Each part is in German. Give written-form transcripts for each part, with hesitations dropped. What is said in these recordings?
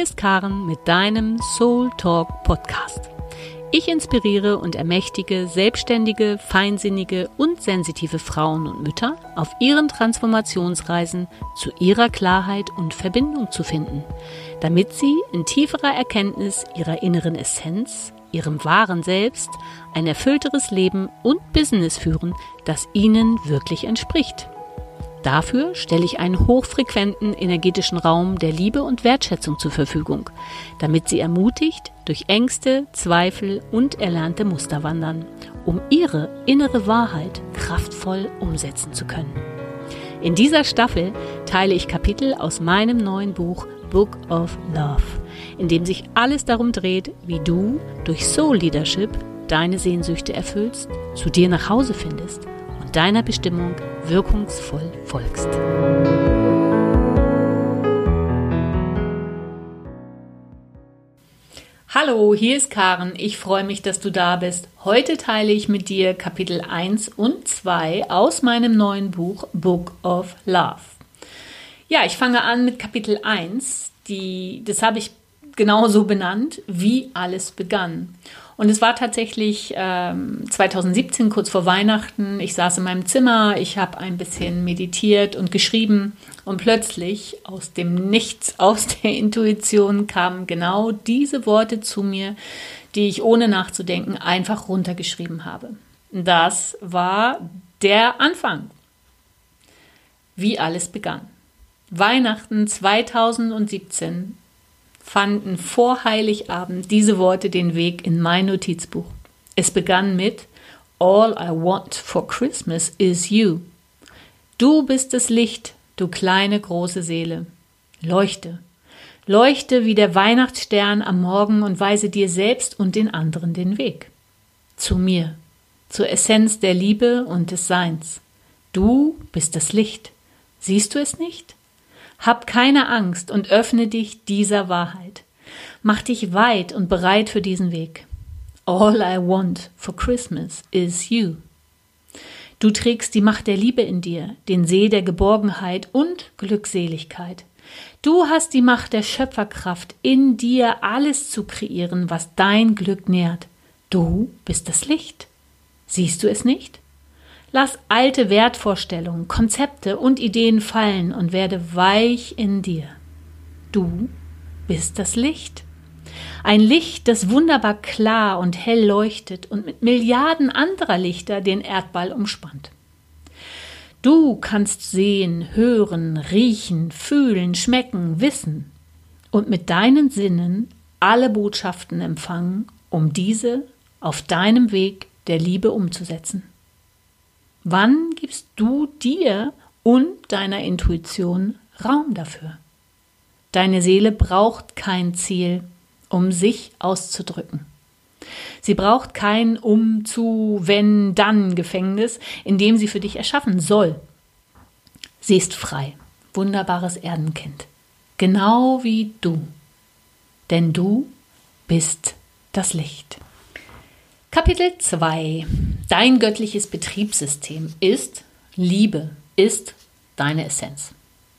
ist Karen mit deinem Soul Talk Podcast. Ich inspiriere und ermächtige selbstständige, feinsinnige und sensitive Frauen und Mütter auf ihren Transformationsreisen zu ihrer Klarheit und Verbindung zu finden, damit sie in tieferer Erkenntnis ihrer inneren Essenz, ihrem wahren Selbst, ein erfüllteres Leben und Business führen, das ihnen wirklich entspricht. Dafür stelle ich einen hochfrequenten energetischen Raum der Liebe und Wertschätzung zur Verfügung, damit sie ermutigt durch Ängste, Zweifel und erlernte Muster wandern, um ihre innere Wahrheit kraftvoll umsetzen zu können. In dieser Staffel teile ich Kapitel aus meinem neuen Buch Book of Love, in dem sich alles darum dreht, wie du durch Soul Leadership deine Sehnsüchte erfüllst, zu dir nach Hause findest und deiner Bestimmung wirkungsvoll folgst. Hallo, hier ist Karen. Ich freue mich, dass du da bist. Heute teile ich mit dir Kapitel 1 und 2 aus meinem neuen Buch Book of Love. Ja, ich fange an mit Kapitel 1. Das habe ich genauso benannt, wie alles begann. Und es war tatsächlich 2017, kurz vor Weihnachten. Ich saß in meinem Zimmer, ich habe ein bisschen meditiert und geschrieben und plötzlich aus dem Nichts, aus der Intuition kamen genau diese Worte zu mir, die ich ohne nachzudenken einfach runtergeschrieben habe. Das war der Anfang, wie alles begann. Weihnachten 2017 fanden vor Heiligabend diese Worte den Weg in mein Notizbuch. Es begann mit All I want for Christmas is you. Du bist das Licht, du kleine große Seele. Leuchte. Leuchte wie der Weihnachtsstern am Morgen und weise dir selbst und den anderen den Weg. Zu mir, zur Essenz der Liebe und des Seins. Du bist das Licht. Siehst du es nicht? Hab keine Angst und öffne dich dieser Wahrheit. Mach dich weit und bereit für diesen Weg. All I want for Christmas is you. Du trägst die Macht der Liebe in dir, den See der Geborgenheit und Glückseligkeit. Du hast die Macht der Schöpferkraft in dir, alles zu kreieren, was dein Glück nährt. Du bist das Licht. Siehst du es nicht? Lass alte Wertvorstellungen, Konzepte und Ideen fallen und werde weich in dir. Du bist das Licht. Ein Licht, das wunderbar klar und hell leuchtet und mit Milliarden anderer Lichter den Erdball umspannt. Du kannst sehen, hören, riechen, fühlen, schmecken, wissen und mit deinen Sinnen alle Botschaften empfangen, um diese auf deinem Weg der Liebe umzusetzen. Wann gibst du dir und deiner Intuition Raum dafür? Deine Seele braucht kein Ziel, um sich auszudrücken. Sie braucht kein Wenn-Dann-Gefängnis, in dem sie für dich erschaffen soll. Sie ist frei, wunderbares Erdenkind, genau wie du. Denn du bist das Licht. Kapitel 2. Dein göttliches Betriebssystem ist Liebe, ist deine Essenz.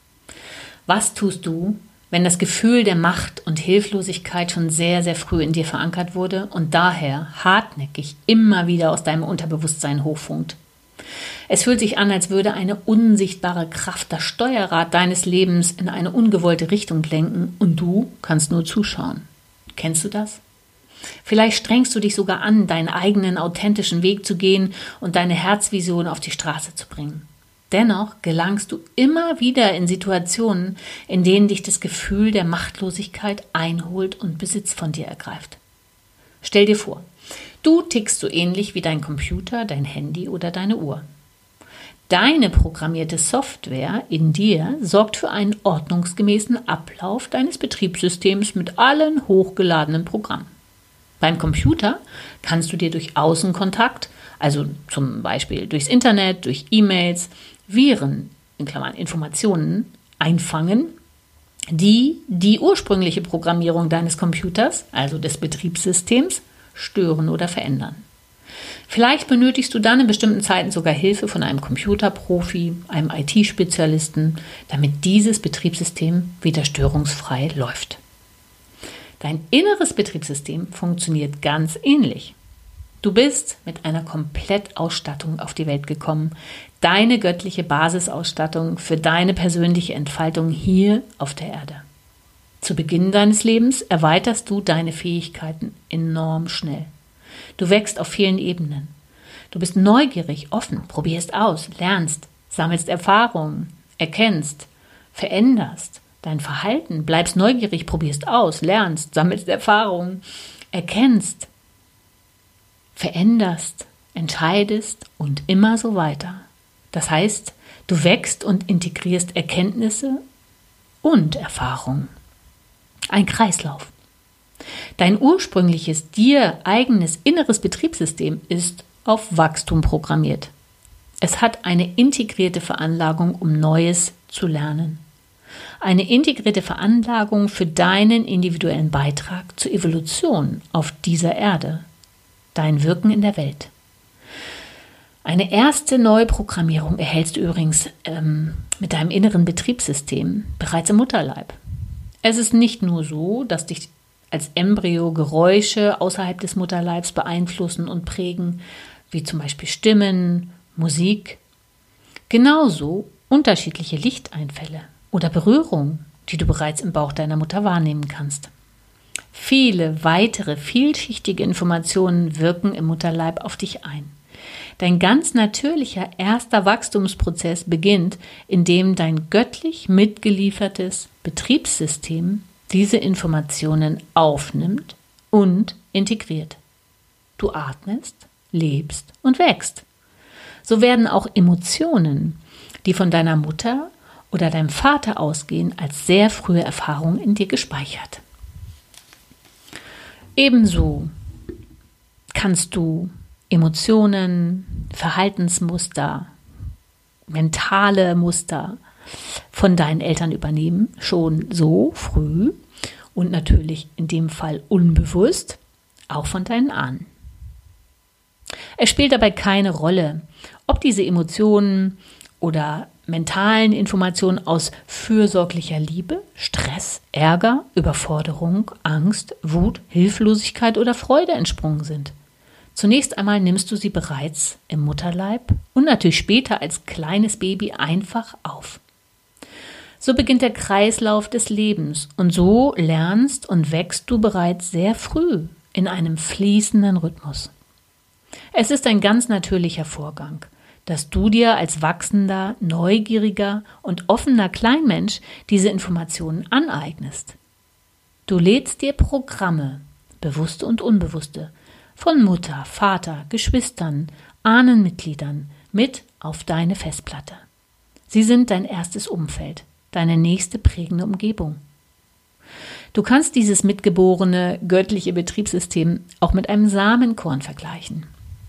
Was tust du, wenn das Gefühl der Macht und Hilflosigkeit schon sehr, sehr früh in dir verankert wurde und daher hartnäckig immer wieder aus deinem Unterbewusstsein hochfunkt? Es fühlt sich an, als würde eine unsichtbare Kraft das Steuerrad deines Lebens in eine ungewollte Richtung lenken und du kannst nur zuschauen. Kennst du das? Vielleicht strengst du dich sogar an, deinen eigenen authentischen Weg zu gehen und deine Herzvision auf die Straße zu bringen. Dennoch gelangst du immer wieder in Situationen, in denen dich das Gefühl der Machtlosigkeit einholt und Besitz von dir ergreift. Stell dir vor, du tickst so ähnlich wie dein Computer, dein Handy oder deine Uhr. Deine programmierte Software in dir sorgt für einen ordnungsgemäßen Ablauf deines Betriebssystems mit allen hochgeladenen Programmen. Beim Computer kannst du dir durch Außenkontakt, also zum Beispiel durchs Internet, durch E-Mails, Viren, in Klammern Informationen, einfangen, die die ursprüngliche Programmierung deines Computers, also des Betriebssystems, stören oder verändern. Vielleicht benötigst du dann in bestimmten Zeiten sogar Hilfe von einem Computerprofi, einem IT-Spezialisten, damit dieses Betriebssystem wieder störungsfrei läuft. Dein inneres Betriebssystem funktioniert ganz ähnlich. Du bist mit einer Komplettausstattung auf die Welt gekommen. Deine göttliche Basisausstattung für deine persönliche Entfaltung hier auf der Erde. Zu Beginn deines Lebens erweiterst du deine Fähigkeiten enorm schnell. Du wächst auf vielen Ebenen. Du bist neugierig, offen, probierst aus, lernst, sammelst Erfahrungen, erkennst, veränderst dein Verhalten, bleibst neugierig, probierst aus, lernst, sammelst Erfahrungen, erkennst, veränderst, entscheidest und immer so weiter. Das heißt, du wächst und integrierst Erkenntnisse und Erfahrungen. Ein Kreislauf. Dein ursprüngliches, dir eigenes inneres Betriebssystem ist auf Wachstum programmiert. Es hat eine integrierte Veranlagung, um Neues zu lernen. Eine integrierte Veranlagung für deinen individuellen Beitrag zur Evolution auf dieser Erde. Dein Wirken in der Welt. Eine erste Neuprogrammierung erhältst du übrigens mit deinem inneren Betriebssystem bereits im Mutterleib. Es ist nicht nur so, dass dich als Embryo Geräusche außerhalb des Mutterleibs beeinflussen und prägen, wie zum Beispiel Stimmen, Musik. Genauso unterschiedliche Lichteinfälle oder Berührungen, die du bereits im Bauch deiner Mutter wahrnehmen kannst. Viele weitere vielschichtige Informationen wirken im Mutterleib auf dich ein. Dein ganz natürlicher erster Wachstumsprozess beginnt, indem dein göttlich mitgeliefertes Betriebssystem diese Informationen aufnimmt und integriert. Du atmest, lebst und wächst. So werden auch Emotionen, die von deiner Mutter oder deinem Vater ausgehen, als sehr frühe Erfahrung in dir gespeichert. Ebenso kannst du Emotionen, Verhaltensmuster, mentale Muster von deinen Eltern übernehmen, schon so früh und natürlich in dem Fall unbewusst, auch von deinen Ahnen. Es spielt dabei keine Rolle, ob diese Emotionen oder mentalen Informationen aus fürsorglicher Liebe, Stress, Ärger, Überforderung, Angst, Wut, Hilflosigkeit oder Freude entsprungen sind. Zunächst einmal nimmst du sie bereits im Mutterleib und natürlich später als kleines Baby einfach auf. So beginnt der Kreislauf des Lebens und so lernst und wächst du bereits sehr früh in einem fließenden Rhythmus. Es ist ein ganz natürlicher Vorgang, dass du dir als wachsender, neugieriger und offener Kleinmensch diese Informationen aneignest. Du lädst dir Programme, bewusste und unbewusste, von Mutter, Vater, Geschwistern, Ahnenmitgliedern mit auf deine Festplatte. Sie sind dein erstes Umfeld, deine nächste prägende Umgebung. Du kannst dieses mitgeborene göttliche Betriebssystem auch mit einem Samenkorn vergleichen.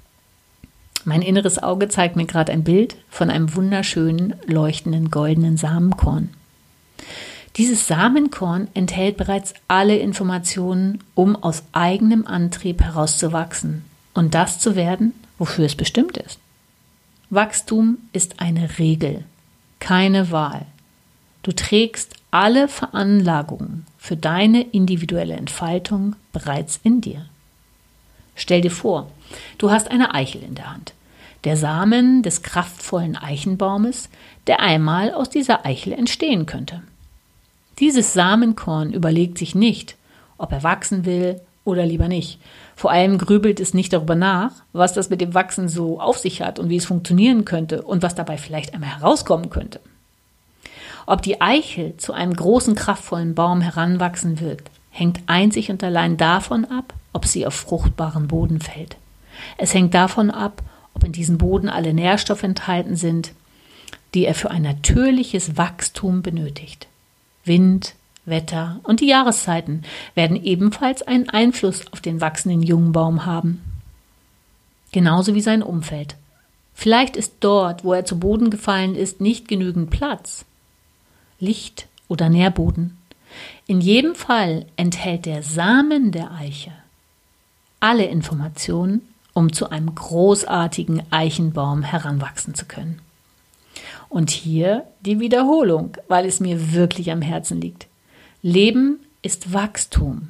Mein inneres Auge zeigt mir gerade ein Bild von einem wunderschönen, leuchtenden, goldenen Samenkorn. Dieses Samenkorn enthält bereits alle Informationen, um aus eigenem Antrieb herauszuwachsen und das zu werden, wofür es bestimmt ist. Wachstum ist eine Regel, keine Wahl. Du trägst alle Veranlagungen für deine individuelle Entfaltung bereits in dir. Stell dir vor, du hast eine Eichel in der Hand. Der Samen des kraftvollen Eichenbaumes, der einmal aus dieser Eichel entstehen könnte. Dieses Samenkorn überlegt sich nicht, ob er wachsen will oder lieber nicht. Vor allem grübelt es nicht darüber nach, was das mit dem Wachsen so auf sich hat und wie es funktionieren könnte und was dabei vielleicht einmal herauskommen könnte. Ob die Eichel zu einem großen, kraftvollen Baum heranwachsen wird, hängt einzig und allein davon ab, ob sie auf fruchtbaren Boden fällt. Es hängt davon ab, ob in diesem Boden alle Nährstoffe enthalten sind, die er für ein natürliches Wachstum benötigt. Wind, Wetter und die Jahreszeiten werden ebenfalls einen Einfluss auf den wachsenden jungen Baum haben. Genauso wie sein Umfeld. Vielleicht ist dort, wo er zu Boden gefallen ist, nicht genügend Platz, Licht oder Nährboden. In jedem Fall enthält der Samen der Eiche alle Informationen, um zu einem großartigen Eichenbaum heranwachsen zu können. Und hier die Wiederholung, weil es mir wirklich am Herzen liegt. Leben ist Wachstum.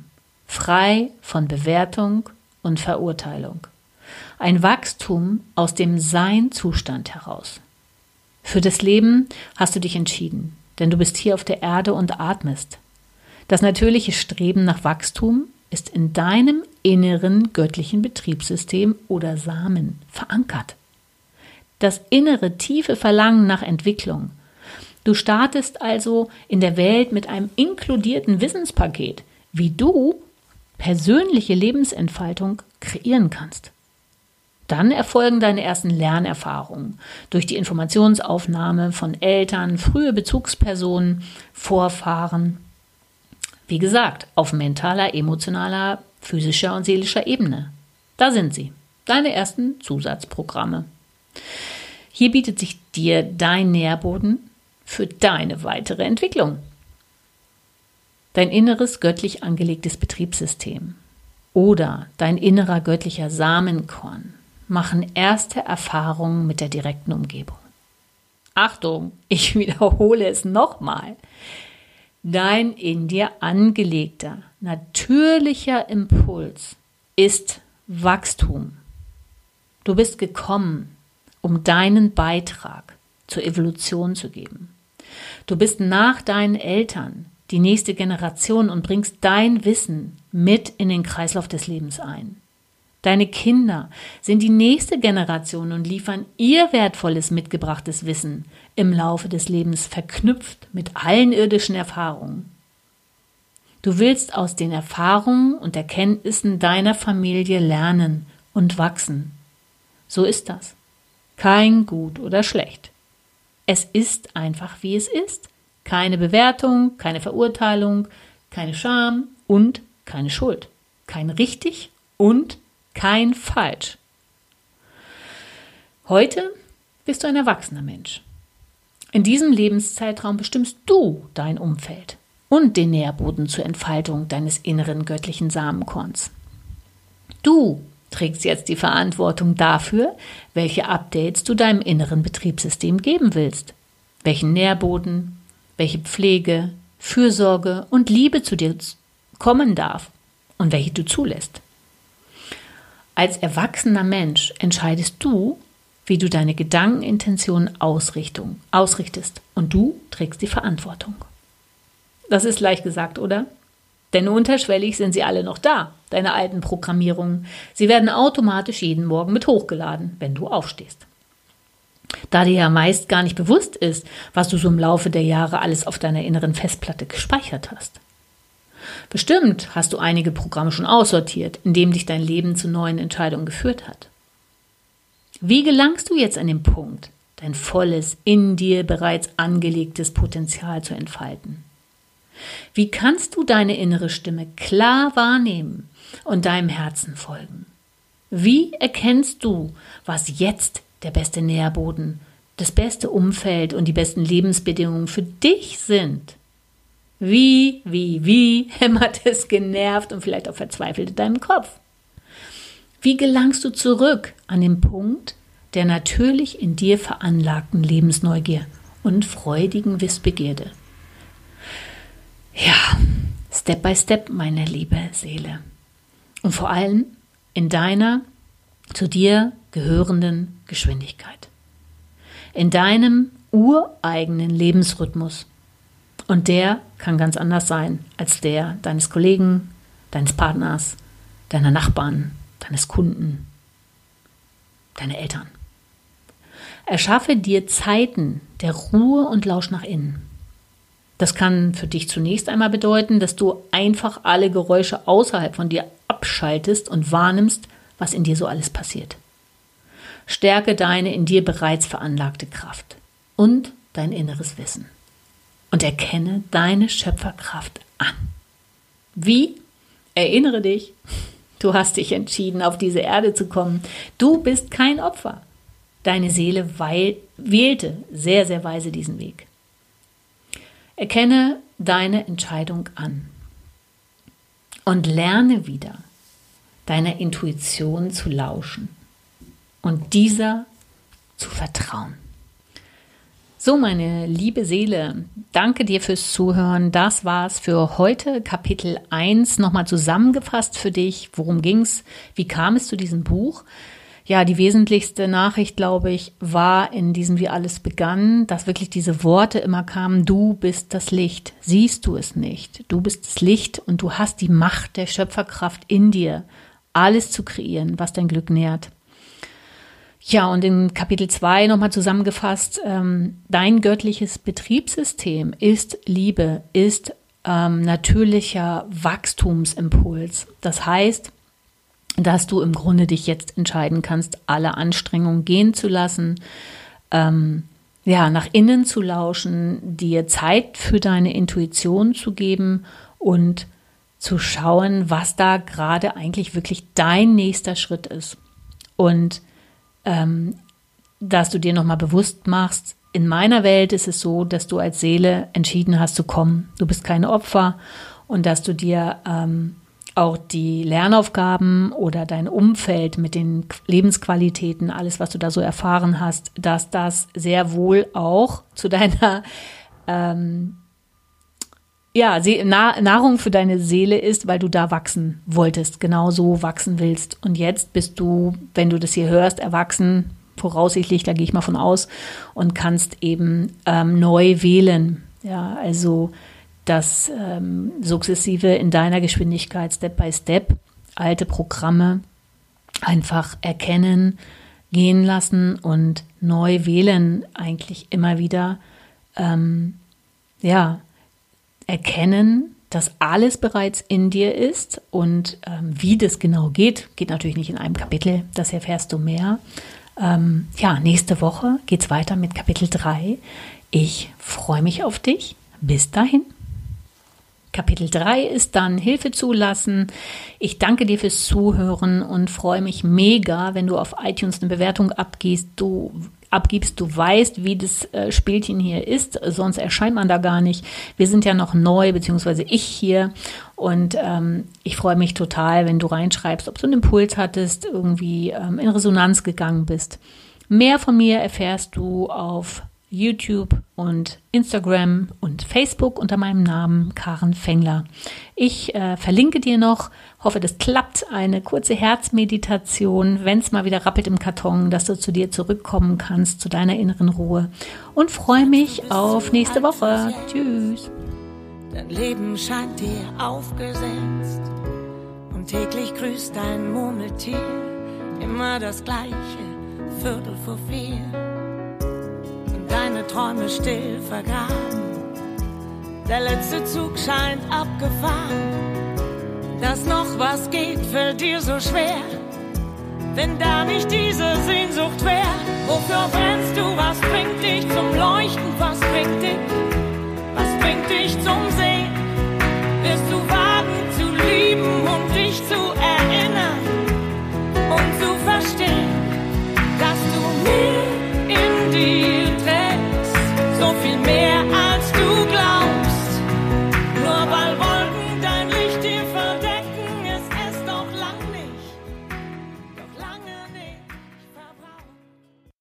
frei von Bewertung und Verurteilung. Ein Wachstum aus dem Sein-Zustand heraus. Für das Leben hast du dich entschieden, denn du bist hier auf der Erde und atmest. Das natürliche Streben nach Wachstum ist in deinem inneren göttlichen Betriebssystem oder Samen verankert. Das innere tiefe Verlangen nach Entwicklung. Du startest also in der Welt mit einem inkludierten Wissenspaket, wie du persönliche Lebensentfaltung kreieren kannst. Dann erfolgen deine ersten Lernerfahrungen durch die Informationsaufnahme von Eltern, frühe Bezugspersonen, Vorfahren. Wie gesagt, auf mentaler, emotionaler, physischer und seelischer Ebene. Da sind sie, deine ersten Zusatzprogramme. Hier bietet sich dir dein Nährboden für deine weitere Entwicklung. Dein inneres göttlich angelegtes Betriebssystem oder dein innerer göttlicher Samenkorn machen erste Erfahrungen mit der direkten Umgebung. Achtung, ich wiederhole es nochmal. Dein in dir angelegter, natürlicher Impuls ist Wachstum. Du bist gekommen, um deinen Beitrag zur Evolution zu geben. Du bist nach deinen Eltern die nächste Generation und bringst dein Wissen mit in den Kreislauf des Lebens ein. Deine Kinder sind die nächste Generation und liefern ihr wertvolles mitgebrachtes Wissen im Laufe des Lebens verknüpft mit allen irdischen Erfahrungen. Du willst aus den Erfahrungen und Erkenntnissen deiner Familie lernen und wachsen. So ist das. Kein gut oder schlecht. Es ist einfach, wie es ist. Keine Bewertung, keine Verurteilung, keine Scham und keine Schuld. Kein richtig und kein falsch. Heute bist du ein erwachsener Mensch. In diesem Lebenszeitraum bestimmst du dein Umfeld und den Nährboden zur Entfaltung deines inneren göttlichen Samenkorns. Du trägst jetzt die Verantwortung dafür, welche Updates du deinem inneren Betriebssystem geben willst, welchen Nährboden, welche Pflege, Fürsorge und Liebe zu dir kommen darf und welche du zulässt. Als erwachsener Mensch entscheidest du, wie du deine Gedankenintentionen ausrichtest und du trägst die Verantwortung. Das ist leicht gesagt, oder? Denn unterschwellig sind sie alle noch da, deine alten Programmierungen. Sie werden automatisch jeden Morgen mit hochgeladen, wenn du aufstehst. Da dir ja meist gar nicht bewusst ist, was du so im Laufe der Jahre alles auf deiner inneren Festplatte gespeichert hast. Bestimmt hast du einige Programme schon aussortiert, indem dich dein Leben zu neuen Entscheidungen geführt hat. Wie gelangst du jetzt an den Punkt, dein volles, in dir bereits angelegtes Potenzial zu entfalten? Wie kannst du deine innere Stimme klar wahrnehmen und deinem Herzen folgen? Wie erkennst du, was jetzt der beste Nährboden, das beste Umfeld und die besten Lebensbedingungen für dich sind? Wie hämmert es genervt und vielleicht auch verzweifelt in deinem Kopf? Wie gelangst du zurück an den Punkt der natürlich in dir veranlagten Lebensneugier und freudigen Wissbegierde? Ja, Step by Step, meine liebe Seele. Und vor allem in deiner zu dir gehörenden Geschwindigkeit. In deinem ureigenen Lebensrhythmus. Und der kann ganz anders sein als der deines Kollegen, deines Partners, deiner Nachbarn, deines Kunden, deiner Eltern. Erschaffe dir Zeiten der Ruhe und Lausch nach innen. Das kann für dich zunächst einmal bedeuten, dass du einfach alle Geräusche außerhalb von dir abschaltest und wahrnimmst, was in dir so alles passiert. Stärke deine in dir bereits veranlagte Kraft und dein inneres Wissen. Und erkenne deine Schöpferkraft an. Wie? Erinnere dich, du hast dich entschieden, auf diese Erde zu kommen. Du bist kein Opfer. Deine Seele wählte sehr, sehr weise diesen Weg. Erkenne deine Entscheidung an und lerne wieder, deiner Intuition zu lauschen und dieser zu vertrauen. So, meine liebe Seele, danke dir fürs Zuhören. Das war's für heute. Kapitel 1 nochmal zusammengefasst für dich. Worum ging's? Wie kam es zu diesem Buch? Ja, die wesentlichste Nachricht, glaube ich, war in diesem Wie alles begann, dass wirklich diese Worte immer kamen: Du bist das Licht. Siehst du es nicht? Du bist das Licht und du hast die Macht der Schöpferkraft in dir, alles zu kreieren, was dein Glück nährt. Ja, und in Kapitel 2 nochmal zusammengefasst, dein göttliches Betriebssystem ist Liebe, ist natürlicher Wachstumsimpuls. Das heißt, dass du im Grunde dich jetzt entscheiden kannst, alle Anstrengungen gehen zu lassen, nach innen zu lauschen, dir Zeit für deine Intuition zu geben und zu schauen, was da gerade eigentlich wirklich dein nächster Schritt ist. Und dass du dir nochmal bewusst machst, in meiner Welt ist es so, dass du als Seele entschieden hast zu kommen. Du bist kein Opfer und dass du dir auch die Lernaufgaben oder dein Umfeld mit den Lebensqualitäten, alles, was du da so erfahren hast, dass das sehr wohl auch zu deiner Nahrung für deine Seele ist, weil du da wachsen wolltest, genauso wachsen willst. Und jetzt bist du, wenn du das hier hörst, erwachsen, voraussichtlich, da gehe ich mal von aus, und kannst eben neu wählen. Ja, also das sukzessive in deiner Geschwindigkeit, Step by Step, alte Programme einfach erkennen, gehen lassen und neu wählen, eigentlich immer wieder, erkennen, dass alles bereits in dir ist und wie das genau geht natürlich nicht in einem Kapitel, das erfährst du mehr. Nächste Woche geht's weiter mit Kapitel 3. Ich freue mich auf dich. Bis dahin. Kapitel 3 ist dann Hilfe zulassen. Ich danke dir fürs Zuhören und freue mich mega, wenn du auf iTunes eine Bewertung abgibst. Du weißt, wie das Spielchen hier ist, sonst erscheint man da gar nicht. Wir sind ja noch neu, beziehungsweise ich hier, und ich freue mich total, wenn du reinschreibst, ob du einen Impuls hattest, irgendwie in Resonanz gegangen bist. Mehr von mir erfährst du auf YouTube und Instagram und Facebook unter meinem Namen Karen Fengler. Ich verlinke dir noch, hoffe, das klappt, eine kurze Herzmeditation, wenn es mal wieder rappelt im Karton, dass du zu dir zurückkommen kannst, zu deiner inneren Ruhe, und freue mich auf nächste Woche. Tschüss. Dein Leben scheint dir aufgesetzt und täglich grüßt dein Murmeltier. Immer das Gleiche, 3:45. Deine Träume still vergraben. Der letzte Zug scheint abgefahren. Dass noch was geht, fällt dir so schwer. Wenn da nicht diese Sehnsucht wär. Wofür brennst du? Was bringt dich zum Leuchten? Was bringt dich